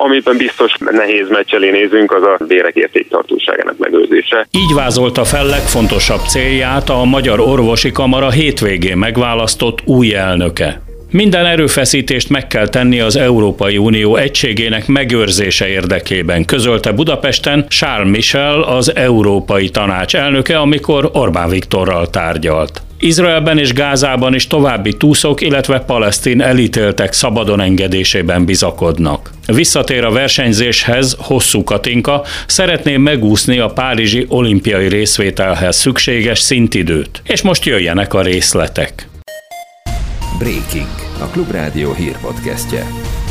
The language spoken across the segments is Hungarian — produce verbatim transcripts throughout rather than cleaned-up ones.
Amiben biztos nehéz meccs elé nézünk, az a bérek értéktartóságának megőrzése. Így vázolta fel legfontosabb célját a Magyar Orvosi Kamara hétvégén megválasztott új elnöke. Minden erőfeszítést meg kell tenni az Európai Unió egységének megőrzése érdekében, közölte Budapesten Charles Michel, az Európai Tanács elnöke, amikor Orbán Viktorral tárgyalt. Izraelben és Gázában is további túszok, illetve palesztin elítéltek szabadon engedésében bizakodnak. Visszatér a versenyzéshez Hosszú Katinka, szeretné megúszni a párizsi olimpiai részvételhez szükséges szintidőt. És most jöjjenek a részletek. Breaking, a Klubrádió hírpodcastje.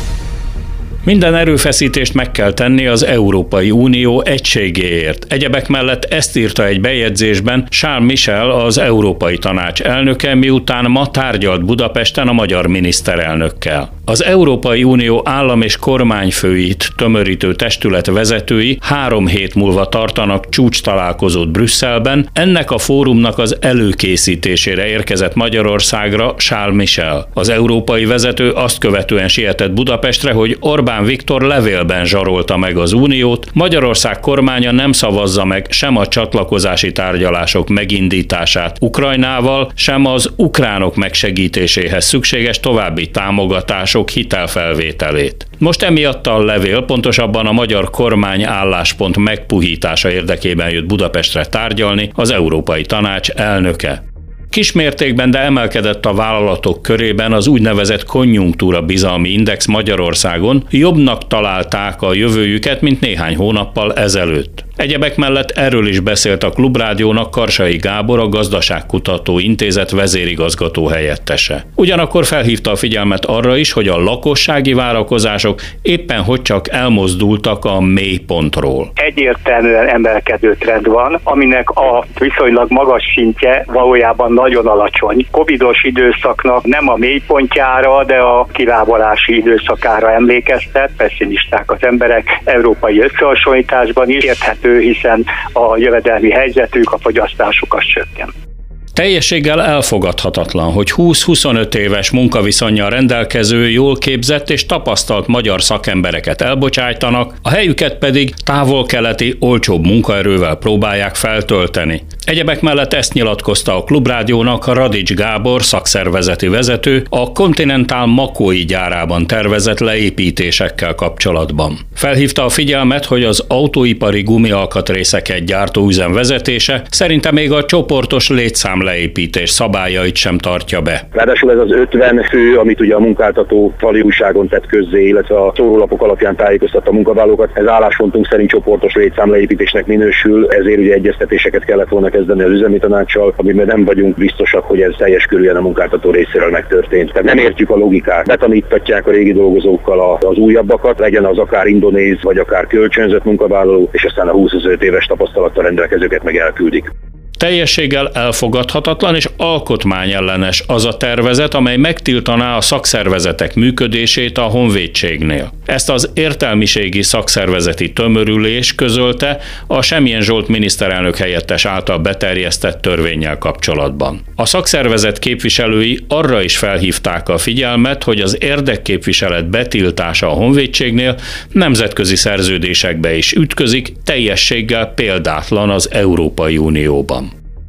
Minden erőfeszítést meg kell tenni az Európai Unió egységéért. Egyebek mellett ezt írta egy bejegyzésben Charles Michel, az Európai Tanács elnöke, miután ma tárgyalt Budapesten a magyar miniszterelnökkel. Az Európai Unió állam- és kormányfőit tömörítő testület vezetői három hét múlva tartanak csúcstalálkozót Brüsszelben. Ennek a fórumnak az előkészítésére érkezett Magyarországra Charles Michel. Az európai vezető azt követően sietett Budapestre, hogy Orbán Viktor levélben zsarolta meg az uniót, Magyarország kormánya nem szavazza meg sem a csatlakozási tárgyalások megindítását Ukrajnával, sem az ukránok megsegítéséhez szükséges további támogatások hitelfelvételét. Most emiatt a levél, pontosabban a magyar kormány álláspont megpuhítása érdekében jött Budapestre tárgyalni az Európai Tanács elnöke. Kismértékben, de emelkedett a vállalatok körében az úgynevezett konjunktúra bizalmi index Magyarországon, jobbnak találták a jövőjüket, mint néhány hónappal ezelőtt. Egyebek mellett erről is beszélt a Klubrádiónak Karsai Gábor, a Gazdaságkutató Intézet vezérigazgató helyettese. Ugyanakkor felhívta a figyelmet arra is, hogy a lakossági várakozások éppen hogy csak elmozdultak a mélypontról. Egyértelműen emelkedő trend van, aminek a viszonylag magas szintje valójában nagyon alacsony. Covidos időszaknak nem a mélypontjára, de a kilábalási időszakára emlékeztet, pessimisták az emberek európai összehasonlításban is, érthető, hiszen a jövedelmi helyzetük, a fogyasztásuk az csökken. Teljességgel elfogadhatatlan, hogy húsz-huszonöt éves munkaviszonnyal rendelkező, jól képzett és tapasztalt magyar szakembereket elbocsájtanak, a helyüket pedig távol-keleti, olcsóbb munkaerővel próbálják feltölteni. Egyebek mellett ezt nyilatkozta a Klubrádiónak Radics Gábor, szakszervezeti vezető, a Continental Makói gyárában tervezett leépítésekkel kapcsolatban. Felhívta a figyelmet, hogy az autóipari gumialkatrészeket gyártó üzem vezetése szerinte még a csoportos létszám leépítés szabályait sem tartja be. Ráadásul ez az ötven fő, amit ugye a munkáltató fali újságon tett közzé, illetve a szórólapok alapján tájékoztatta a munkavállalókat, ez álláspontunk szerint csoportos létszám leépítésnek minősül, ezért ugye egyeztetéseket kellett volna kezdeni az üzemi tanácssal, amiben nem vagyunk biztosak, hogy ez teljes körülön a munkáltató részéről megtörtént. Tehát nem értjük a logikát. Betanítatják a régi dolgozókkal az újabbakat, legyen az akár indonéz, vagy akár kölcsönzött munkavállaló, és aztán a húsz-huszonöt éves tapasztalattal rendelkezőket meg elküldik. Teljességgel elfogadhatatlan és alkotmányellenes az a tervezet, amely megtiltaná a szakszervezetek működését a honvédségnél. Ezt az értelmiségi szakszervezeti tömörülés közölte a Semjén Zsolt miniszterelnök helyettes által beterjesztett törvénnyel kapcsolatban. A szakszervezet képviselői arra is felhívták a figyelmet, hogy az érdekképviselet betiltása a honvédségnél nemzetközi szerződésekbe is ütközik, teljességgel példátlan az Európai Unióban.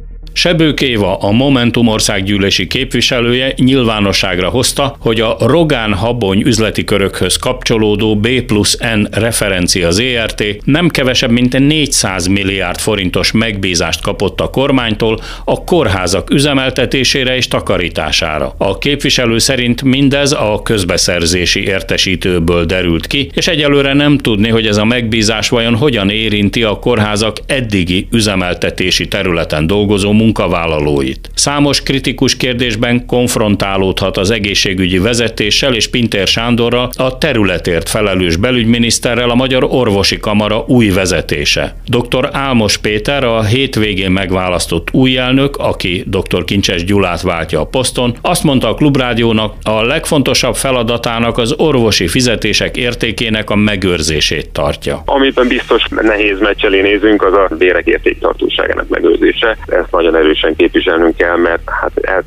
Sebők Éva, a Momentum országgyűlési képviselője nyilvánosságra hozta, hogy a Rogán-Habony üzleti körökhöz kapcsolódó B plusz N referencia zé er té nem kevesebb mint négyszáz milliárd forintos megbízást kapott a kormánytól a kórházak üzemeltetésére és takarítására. A képviselő szerint mindez a közbeszerzési értesítőből derült ki, és egyelőre nem tudni, hogy ez a megbízás vajon hogyan érinti a kórházak eddigi üzemeltetési területen dolgozó munkavállalóit. Számos kritikus kérdésben konfrontálódhat az egészségügyi vezetéssel és Pintér Sándorral, a területért felelős belügyminiszterrel a Magyar Orvosi Kamara új vezetése. doktor Álmos Péter, a hétvégén megválasztott új elnök, aki doktor Kincses Gyulát váltja a poszton, azt mondta a Klubrádiónak, a legfontosabb feladatának az orvosi fizetések értékének a megőrzését tartja. Amiben biztos nehéz meccs elé nézünk, az a bérek értéktartóságának megőrzése. Ezt nagyon erősen képviselnünk kell, mert hát eltelt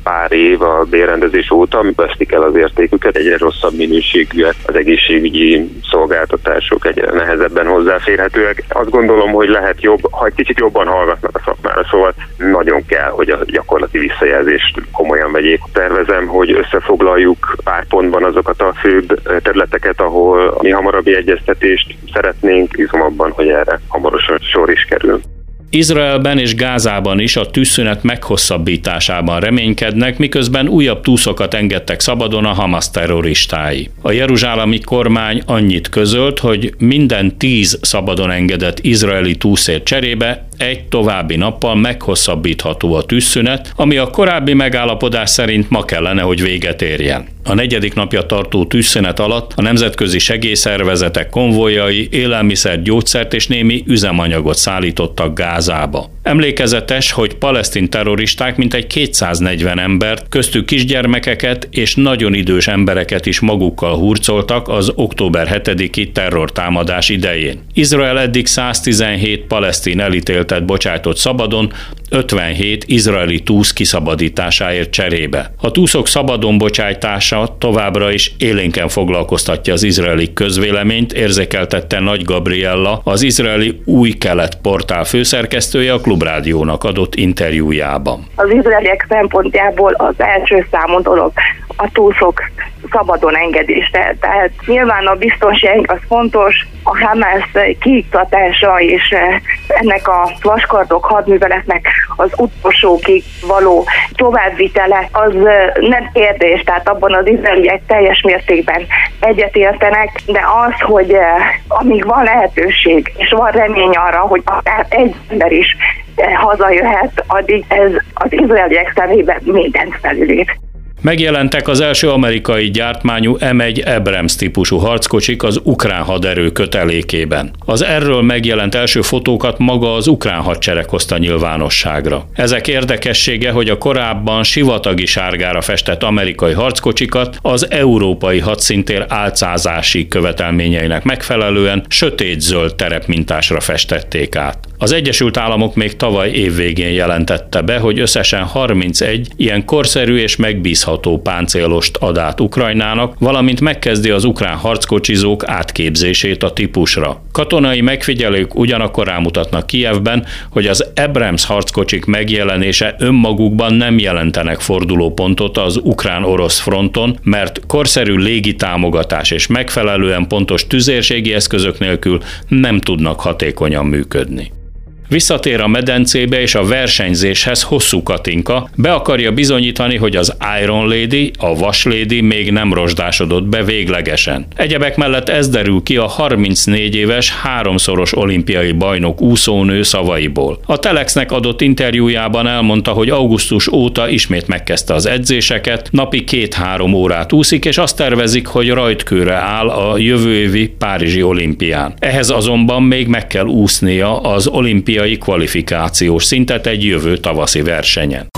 pár év a bérrendezés óta, vesztik el az értéküket, egyre rosszabb minőségűek az egészségügyi szolgáltatások, egyre nehezebben hozzáférhetőek. Azt gondolom, hogy lehet jobb, ha egy kicsit jobban hallgatnak a szakmára, szóval nagyon kell, hogy a gyakorlati visszajelzést komolyan vegyék. Tervezem, hogy összefoglaljuk pár pontban azokat a főbb területeket, ahol mi hamarabbi egyeztetést szeretnénk, bízom abban, hogy erre hamarosan sor is kerül. Izraelben és Gázában is a tűzszünet meghosszabbításában reménykednek, miközben újabb túszokat engedtek szabadon a Hamas terroristái. A jeruzsálemi kormány annyit közölt, hogy minden tíz szabadon engedett izraeli túszért cserébe egy további nappal meghosszabbítható a tűzszünet, ami a korábbi megállapodás szerint ma kellene, hogy véget érjen. A negyedik napja tartó tűzszünet alatt a nemzetközi segélyszervezetek konvojai élelmiszert, gyógyszert és némi üzemanyagot szállítottak Gázába. Emlékezetes, hogy palesztin terroristák mintegy kétszáznegyven embert, köztük kisgyermekeket és nagyon idős embereket is magukkal hurcoltak az október hetediki terrortámadás idején. Izrael eddig száztizenhét palesztin elítéltet bocsájtott szabadon, ötvenhét izraeli túsz kiszabadításáért cserébe. A túszok szabadon bocsájtása továbbra is élénken foglalkoztatja az izraeli közvéleményt, érzékeltette Nagy Gabriella, az izraeli Új Kelet portál főszerkesztője a Klubrádiónak adott interjújában. Az izraeliek szempontjából az első számú dolog a túszok szabadon engedése. Tehát nyilván a biztonság az fontos, a Hamas kiiktatása és ennek a vaskardok hadműveletnek az utolsókig való továbbvitele az nem kérdés, tehát abban az izraeliek teljes mértékben egyetértenek, de az, hogy amíg van lehetőség és van remény arra, hogy akár egy ember is hazajöhet, addig ez az izraeliek szemében mindent felülít. Megjelentek az első amerikai gyártmányú em egy Abrams típusú harckocsik az ukrán haderő kötelékében. Az erről megjelent első fotókat maga az ukrán hadsereg hozta nyilvánosságra. Ezek érdekessége, hogy a korábban sivatagi sárgára festett amerikai harckocsikat az európai hadszintér álcázási követelményeinek megfelelően sötétzöld terepmintásra festették át. Az Egyesült Államok még tavaly évvégén jelentette be, hogy összesen harmincegy ilyen korszerű és megbízható páncélost ad át Ukrajnának, valamint megkezdi az ukrán harckocsizók átképzését a típusra. Katonai megfigyelők ugyanakkor rámutatnak Kijevben, hogy az Abrams harckocsik megjelenése önmagukban nem jelentenek fordulópontot az ukrán-orosz fronton, mert korszerű légitámogatás és megfelelően pontos tüzérségi eszközök nélkül nem tudnak hatékonyan működni. Visszatér a medencébe és a versenyzéshez Hosszú Katinka, be akarja bizonyítani, hogy az Iron Lady, a Vas Lady még nem rozsdásodott be véglegesen. Egyebek mellett ez derül ki a harmincnégy éves, háromszoros olimpiai bajnok úszónő szavaiból. A Telexnek adott interjújában elmondta, hogy augusztus óta ismét megkezdte az edzéseket, napi két-három órát úszik, és azt tervezik, hogy rajtkőre áll a jövő évi párizsi olimpián. Ehhez azonban még meg kell úsznia az olimpiai kvalifikációs szintet egy jövő tavaszi versenyen.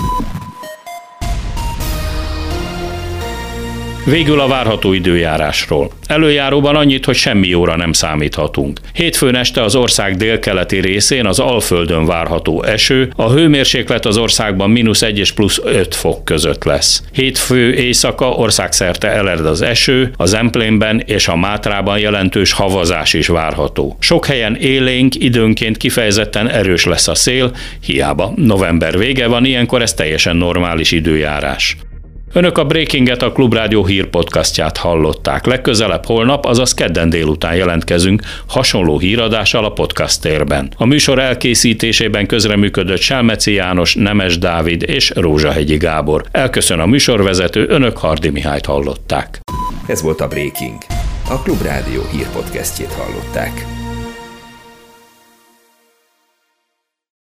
Végül a várható időjárásról. Előjáróban annyit, hogy semmi jóra nem számíthatunk. Hétfőn este az ország délkeleti részén az Alföldön várható eső, a hőmérséklet az országban mínusz egy és plusz öt fok között lesz. Hétfő éjszaka országszerte elered az eső, a Zemplénben és a Mátrában jelentős havazás is várható. Sok helyen élénk, időnként kifejezetten erős lesz a szél, hiába november vége van, ilyenkor ez teljesen normális időjárás. Önök a Breakinget, a Klubrádió hírpodcastját hallották. Legközelebb holnap, azaz kedden délután jelentkezünk hasonló híradással a podcast térben. A műsor elkészítésében közreműködött Selmeci János, Nemes Dávid és Rózsahegyi Gábor. Elköszön a műsorvezető, önök Hardy Mihályt hallották. Ez volt a Breaking. A Klubrádió hírpodcastjét hallották.